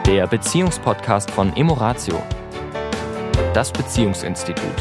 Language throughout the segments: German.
der Beziehungspodcast von Emoratio, das Beziehungsinstitut.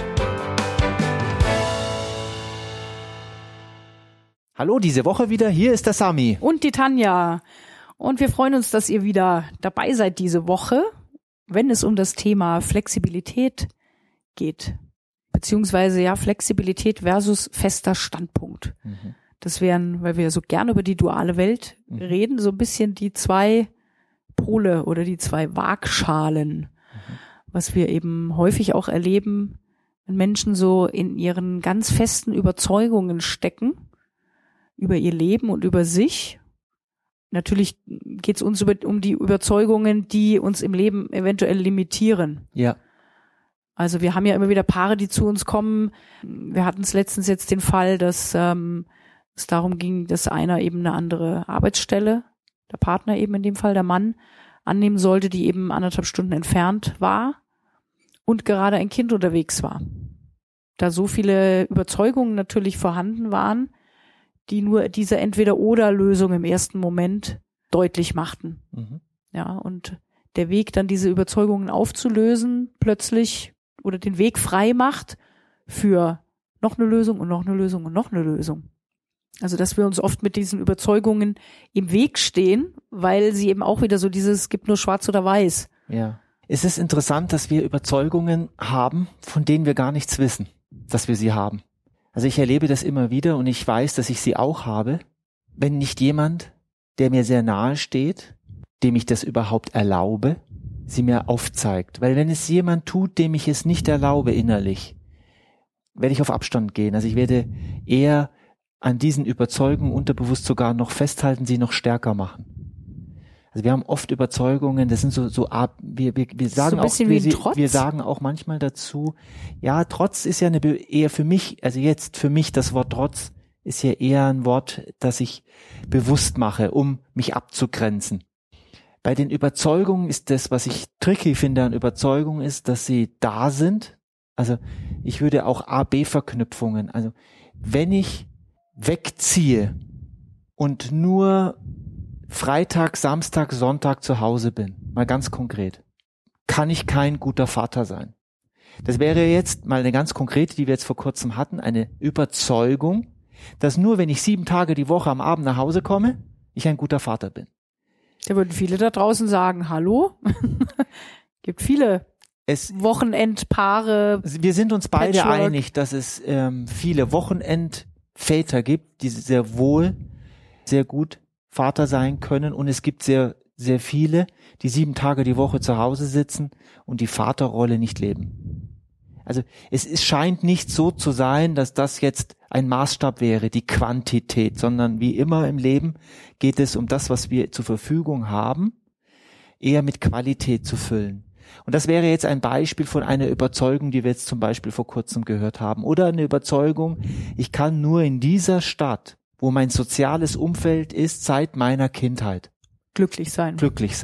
Hallo, diese Woche wieder, hier ist der Sami. Und die Tanja. Und wir freuen uns, dass ihr wieder dabei seid diese Woche, wenn es um das Thema Flexibilität geht. Beziehungsweise ja, Flexibilität versus fester Standpunkt. Mhm. Das wären, weil wir so gerne über die duale Welt reden, so ein bisschen die zwei Pole oder die zwei Waagschalen, was wir eben häufig auch erleben, wenn Menschen so in ihren ganz festen Überzeugungen stecken, über ihr Leben und über sich. Natürlich geht es uns um die Überzeugungen, die uns im Leben eventuell limitieren. Ja. Also wir haben ja immer wieder Paare, die zu uns kommen. Wir hatten es letztens jetzt den Fall, dass es darum ging, dass einer eben eine andere Arbeitsstelle, der Partner eben in dem Fall, der Mann, annehmen sollte, die eben 1,5 Stunden entfernt war und gerade ein Kind unterwegs war. Da so viele Überzeugungen natürlich vorhanden waren, die nur diese Entweder-oder-Lösung im ersten Moment deutlich machten. Mhm. Ja, und der Weg, dann diese Überzeugungen aufzulösen, plötzlich oder den Weg frei macht für noch eine Lösung und noch eine Lösung und noch eine Lösung. Also, dass wir uns oft mit diesen Überzeugungen im Weg stehen, weil sie eben auch wieder so es gibt nur schwarz oder weiß. Ja. Es ist interessant, dass wir Überzeugungen haben, von denen wir gar nichts wissen, dass wir sie haben. Also ich erlebe das immer wieder und ich weiß, dass ich sie auch habe, wenn nicht jemand, der mir sehr nahe steht, dem ich das überhaupt erlaube, sie mir aufzeigt. Weil wenn es jemand tut, dem ich es nicht erlaube innerlich, werde ich auf Abstand gehen. Also ich werde eher an diesen Überzeugungen unterbewusst sogar noch festhalten, sie noch stärker machen. Also wir haben oft Überzeugungen, das sind wir sagen so auch, wir sagen auch manchmal dazu, ja, Trotz ist ja eher für mich, also jetzt für mich das Wort Trotz ist ja eher ein Wort, das ich bewusst mache, um mich abzugrenzen. Bei den Überzeugungen ist das, was ich tricky finde an Überzeugungen, ist, dass sie da sind. Also ich würde auch A-B-Verknüpfungen, also wenn ich wegziehe und nur Freitag, Samstag, Sonntag zu Hause bin, mal ganz konkret, kann ich kein guter Vater sein. Das wäre jetzt mal eine ganz konkrete, die wir jetzt vor kurzem hatten, eine Überzeugung, dass nur wenn ich 7 Tage die Woche am Abend nach Hause komme, ich ein guter Vater bin. Da würden viele da draußen sagen, hallo? Gibt viele Wochenendpaare. Wir sind uns beide Patchwork. einig, dass es viele Wochenendväter gibt, die sehr wohl, sehr gut Vater sein können und es gibt sehr, sehr viele, die 7 Tage die Woche zu Hause sitzen und die Vaterrolle nicht leben. Also es scheint nicht so zu sein, dass das jetzt ein Maßstab wäre, die Quantität, sondern wie immer im Leben geht es um das, was wir zur Verfügung haben, eher mit Qualität zu füllen. Und das wäre jetzt ein Beispiel von einer Überzeugung, die wir jetzt zum Beispiel vor kurzem gehört haben. Oder eine Überzeugung, ich kann nur in dieser Stadt, wo mein soziales Umfeld ist, seit meiner Kindheit. Glücklich sein.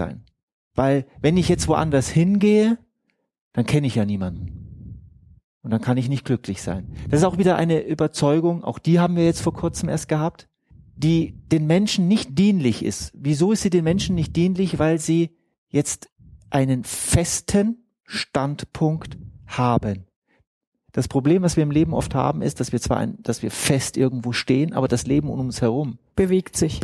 Weil wenn ich jetzt woanders hingehe, dann kenne ich ja niemanden. Und dann kann ich nicht glücklich sein. Das ist auch wieder eine Überzeugung, auch die haben wir jetzt vor kurzem erst gehabt, die den Menschen nicht dienlich ist. Wieso ist sie den Menschen nicht dienlich? Weil sie jetzt einen festen Standpunkt haben. Das Problem, was wir im Leben oft haben, ist, dass wir fest irgendwo stehen, aber das Leben um uns herum bewegt sich.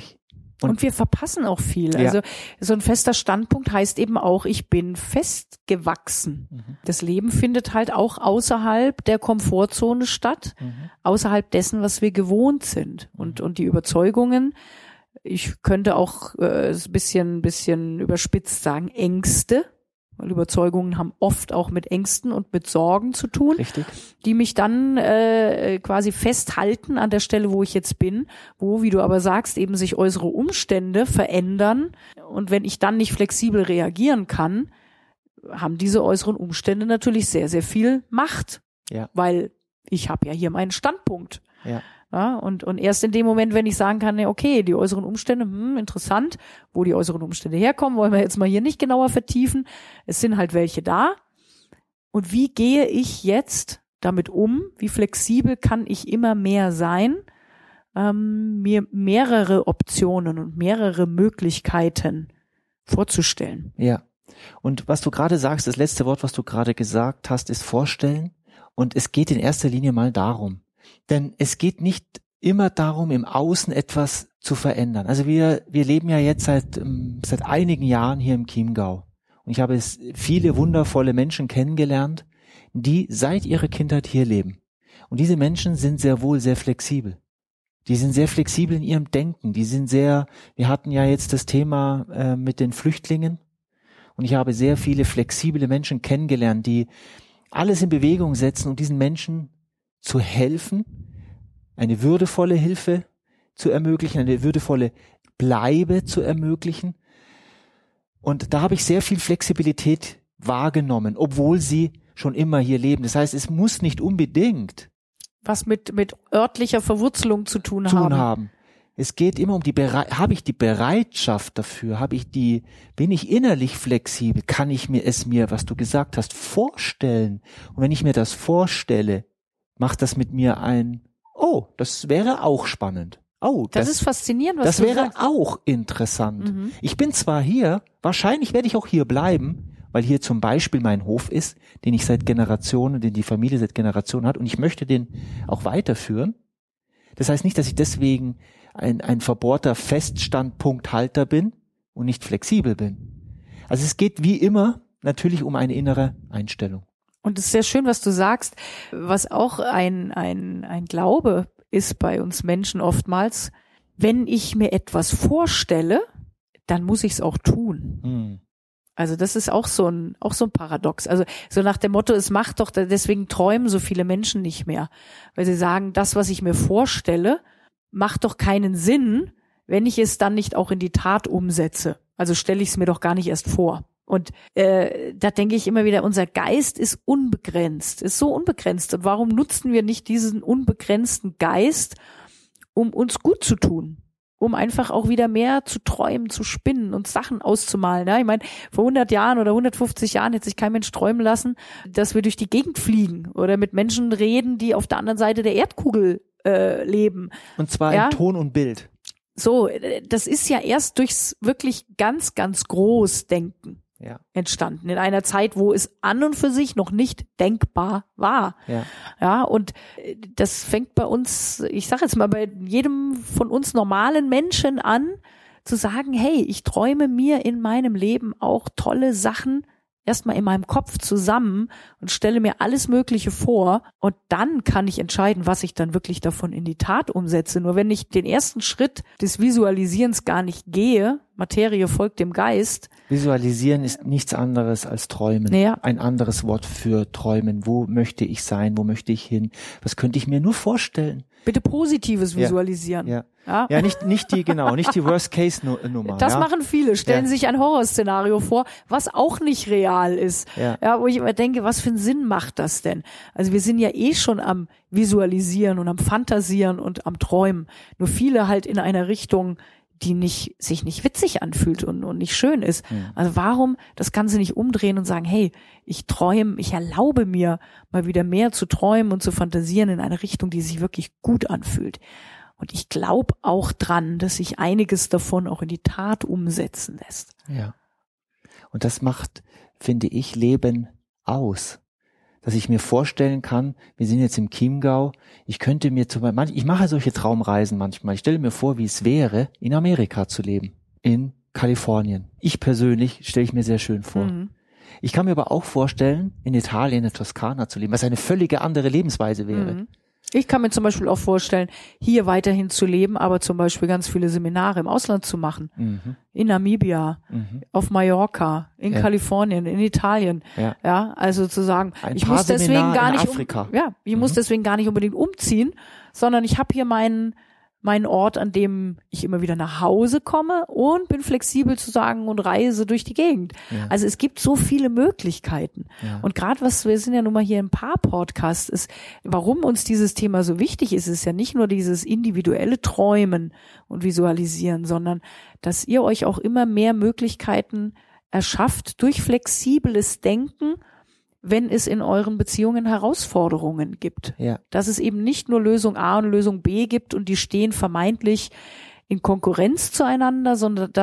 Und wir verpassen auch viel. Ja. Also so ein fester Standpunkt heißt eben auch, ich bin festgewachsen. Mhm. Das Leben findet halt auch außerhalb der Komfortzone statt, außerhalb dessen, was wir gewohnt sind. Und die Überzeugungen, ich könnte auch ein bisschen überspitzt sagen, Ängste, weil Überzeugungen haben oft auch mit Ängsten und mit Sorgen zu tun, Richtig. Die mich dann quasi festhalten an der Stelle, wo ich jetzt bin, wo, wie du aber sagst, eben sich äußere Umstände verändern. Und wenn ich dann nicht flexibel reagieren kann, haben diese äußeren Umstände natürlich sehr, sehr viel Macht, weil ich habe ja hier meinen Standpunkt. Ja. Ja, und erst in dem Moment, wenn ich sagen kann, okay, die äußeren Umstände, interessant, wo die äußeren Umstände herkommen, wollen wir jetzt mal hier nicht genauer vertiefen. Es sind halt welche da. Und wie gehe ich jetzt damit um? Wie flexibel kann ich immer mehr sein? Mir mehrere Optionen und mehrere Möglichkeiten vorzustellen. Ja. Und was du gerade sagst, das letzte Wort, was du gerade gesagt hast, ist vorstellen. Und es geht in erster Linie mal darum. Denn es geht nicht immer darum, im Außen etwas zu verändern. Also wir leben ja jetzt seit einigen Jahren hier im Chiemgau. Und ich habe viele wundervolle Menschen kennengelernt, die seit ihrer Kindheit hier leben. Und diese Menschen sind sehr wohl sehr flexibel. Die sind sehr flexibel in ihrem Denken. Wir hatten ja jetzt das Thema mit den Flüchtlingen. Und ich habe sehr viele flexible Menschen kennengelernt, die alles in Bewegung setzen, um diesen Menschen zu helfen, eine würdevolle Hilfe zu ermöglichen, eine würdevolle Bleibe zu ermöglichen. Und da habe ich sehr viel Flexibilität wahrgenommen, obwohl sie schon immer hier leben. Das heißt, es muss nicht unbedingt was mit örtlicher Verwurzelung zu tun haben. Es geht immer um habe ich die Bereitschaft dafür? Bin ich innerlich flexibel? Kann ich mir, was du gesagt hast, vorstellen? Und wenn ich mir das vorstelle, macht das mit mir das wäre auch spannend. Das ist faszinierend, was das du wäre sagst. auch interessant. Mhm. Ich bin zwar hier, wahrscheinlich werde ich auch hier bleiben, weil hier zum Beispiel mein Hof ist, den die Familie seit Generationen hat, und ich möchte den auch weiterführen. Das heißt nicht, dass ich deswegen ein verbohrter Feststandpunkthalter bin und nicht flexibel bin. Also es geht wie immer natürlich um eine innere Einstellung. Und es ist sehr schön, was du sagst, was auch ein Glaube ist bei uns Menschen oftmals. Wenn ich mir etwas vorstelle, dann muss ich es auch tun. Hm. Also das ist auch so ein Paradox. Also so nach dem Motto, es macht doch, deswegen träumen so viele Menschen nicht mehr. Weil sie sagen, das, was ich mir vorstelle, macht doch keinen Sinn, wenn ich es dann nicht auch in die Tat umsetze. Also stelle ich es mir doch gar nicht erst vor. Und da denke ich immer wieder, unser Geist ist unbegrenzt, ist so unbegrenzt. Und warum nutzen wir nicht diesen unbegrenzten Geist, um uns gut zu tun? Um einfach auch wieder mehr zu träumen, zu spinnen und Sachen auszumalen. Ja, ich meine, vor 100 Jahren oder 150 Jahren hätte sich kein Mensch träumen lassen, dass wir durch die Gegend fliegen oder mit Menschen reden, die auf der anderen Seite der Erdkugel leben. Und zwar in Ton und Bild. So, das ist ja erst durchs wirklich ganz, ganz Großdenken entstanden. In einer Zeit, wo es an und für sich noch nicht denkbar war. Ja, und das fängt bei uns, ich sage jetzt mal, bei jedem von uns normalen Menschen an, zu sagen, hey, ich träume mir in meinem Leben auch tolle Sachen erstmal in meinem Kopf zusammen und stelle mir alles Mögliche vor, und dann kann ich entscheiden, was ich dann wirklich davon in die Tat umsetze. Nur wenn ich den ersten Schritt des Visualisierens gar nicht gehe, Materie folgt dem Geist. Visualisieren ist nichts anderes als träumen. Ja. Ein anderes Wort für träumen. Wo möchte ich sein? Wo möchte ich hin? Was könnte ich mir nur vorstellen? Bitte positives Visualisieren. Ja, nicht die Worst-Case-Nummer. Das machen viele, stellen sich ein Horrorszenario vor, was auch nicht real ist. Ja, wo ich immer denke, was für einen Sinn macht das denn? Also wir sind ja schon am Visualisieren und am Fantasieren und am Träumen. Nur viele halt in einer Richtung, die sich nicht witzig anfühlt und nicht schön ist. Also warum das Ganze nicht umdrehen und sagen, hey, ich erlaube mir mal wieder mehr zu träumen und zu fantasieren in eine Richtung, die sich wirklich gut anfühlt. Und ich glaube auch dran, dass sich einiges davon auch in die Tat umsetzen lässt. Ja. Und das macht, finde ich, Leben aus. Dass ich mir vorstellen kann, wir sind jetzt im Chiemgau, ich mache solche Traumreisen manchmal. Ich stelle mir vor, wie es wäre, in Amerika zu leben, in Kalifornien. Ich persönlich stelle ich mir sehr schön vor. Mhm. Ich kann mir aber auch vorstellen, in Italien, in Toskana zu leben, was eine völlige andere Lebensweise wäre. Mhm. Ich kann mir zum Beispiel auch vorstellen, hier weiterhin zu leben, aber zum Beispiel ganz viele Seminare im Ausland zu machen. Mhm. In Namibia, auf Mallorca, in Kalifornien, in Italien. Ja, also zu sagen, ich muss deswegen gar nicht unbedingt umziehen, sondern ich habe hier meinen Ort, an dem ich immer wieder nach Hause komme und bin flexibel zu sagen und reise durch die Gegend. Ja. Also es gibt so viele Möglichkeiten. Ja. Und gerade wir sind ja nun mal hier im Paar-Podcast, ist, warum uns dieses Thema so wichtig ist ja nicht nur dieses individuelle Träumen und Visualisieren, sondern dass ihr euch auch immer mehr Möglichkeiten erschafft durch flexibles Denken, wenn es in euren Beziehungen Herausforderungen gibt. Ja. Dass es eben nicht nur Lösung A und Lösung B gibt und die stehen vermeintlich in Konkurrenz zueinander, sondern dass es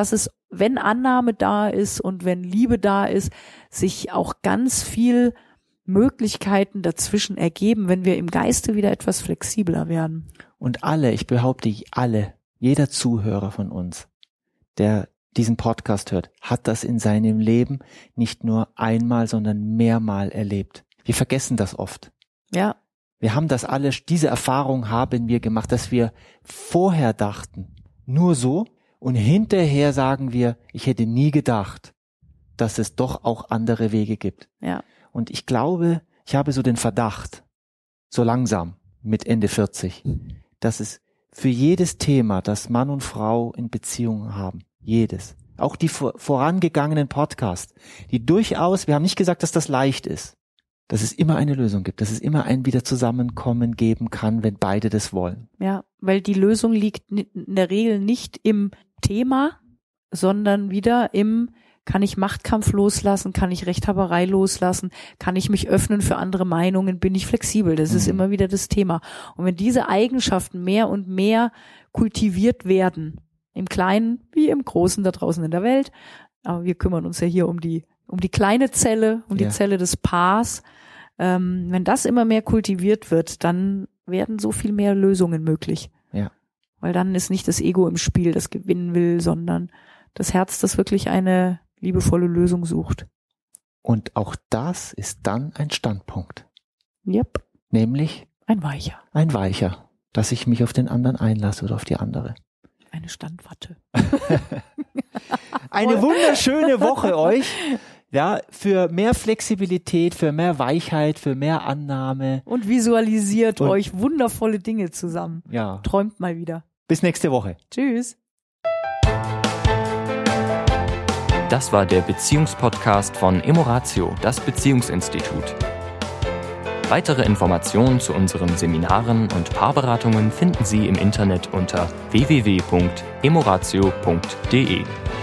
wenn Annahme da ist und wenn Liebe da ist, sich auch ganz viel Möglichkeiten dazwischen ergeben, wenn wir im Geiste wieder etwas flexibler werden. Und alle, ich behaupte alle, jeder Zuhörer von uns, der diesen Podcast hört, hat das in seinem Leben nicht nur einmal, sondern mehrmal erlebt. Wir vergessen das oft. Ja. Wir haben das alle, diese Erfahrung haben wir gemacht, dass wir vorher dachten, nur so, und hinterher sagen wir, ich hätte nie gedacht, dass es doch auch andere Wege gibt. Ja. Und ich glaube, ich habe so den Verdacht, so langsam mit Ende 40, dass es für jedes Thema, das Mann und Frau in Beziehungen haben, jedes, auch die vorangegangenen Podcasts, die durchaus, wir haben nicht gesagt, dass das leicht ist, dass es immer eine Lösung gibt, dass es immer ein Wiederzusammenkommen geben kann, wenn beide das wollen. Ja, weil die Lösung liegt in der Regel nicht im Thema, sondern wieder im, kann ich Machtkampf loslassen, kann ich Rechthaberei loslassen, kann ich mich öffnen für andere Meinungen, bin ich flexibel. Das ist immer wieder das Thema. Und wenn diese Eigenschaften mehr und mehr kultiviert werden, im Kleinen wie im Großen da draußen in der Welt, aber wir kümmern uns ja hier um die kleine Zelle, die Zelle des Paars. Wenn das immer mehr kultiviert wird, dann werden so viel mehr Lösungen möglich. Ja. Weil dann ist nicht das Ego im Spiel, das gewinnen will, sondern das Herz, das wirklich eine liebevolle Lösung sucht. Und auch das ist dann ein Standpunkt. Yep. Nämlich? Ein weicher. Ein weicher, dass ich mich auf den anderen einlasse oder auf die andere. Eine Standwatte. Eine wunderschöne Woche euch. Ja, für mehr Flexibilität, für mehr Weichheit, für mehr Annahme. Und visualisiert euch wundervolle Dinge zusammen. Ja. Träumt mal wieder. Bis nächste Woche. Tschüss. Das war der Beziehungspodcast von Emoratio, das Beziehungsinstitut. Weitere Informationen zu unseren Seminaren und Paarberatungen finden Sie im Internet unter www.emoratio.de.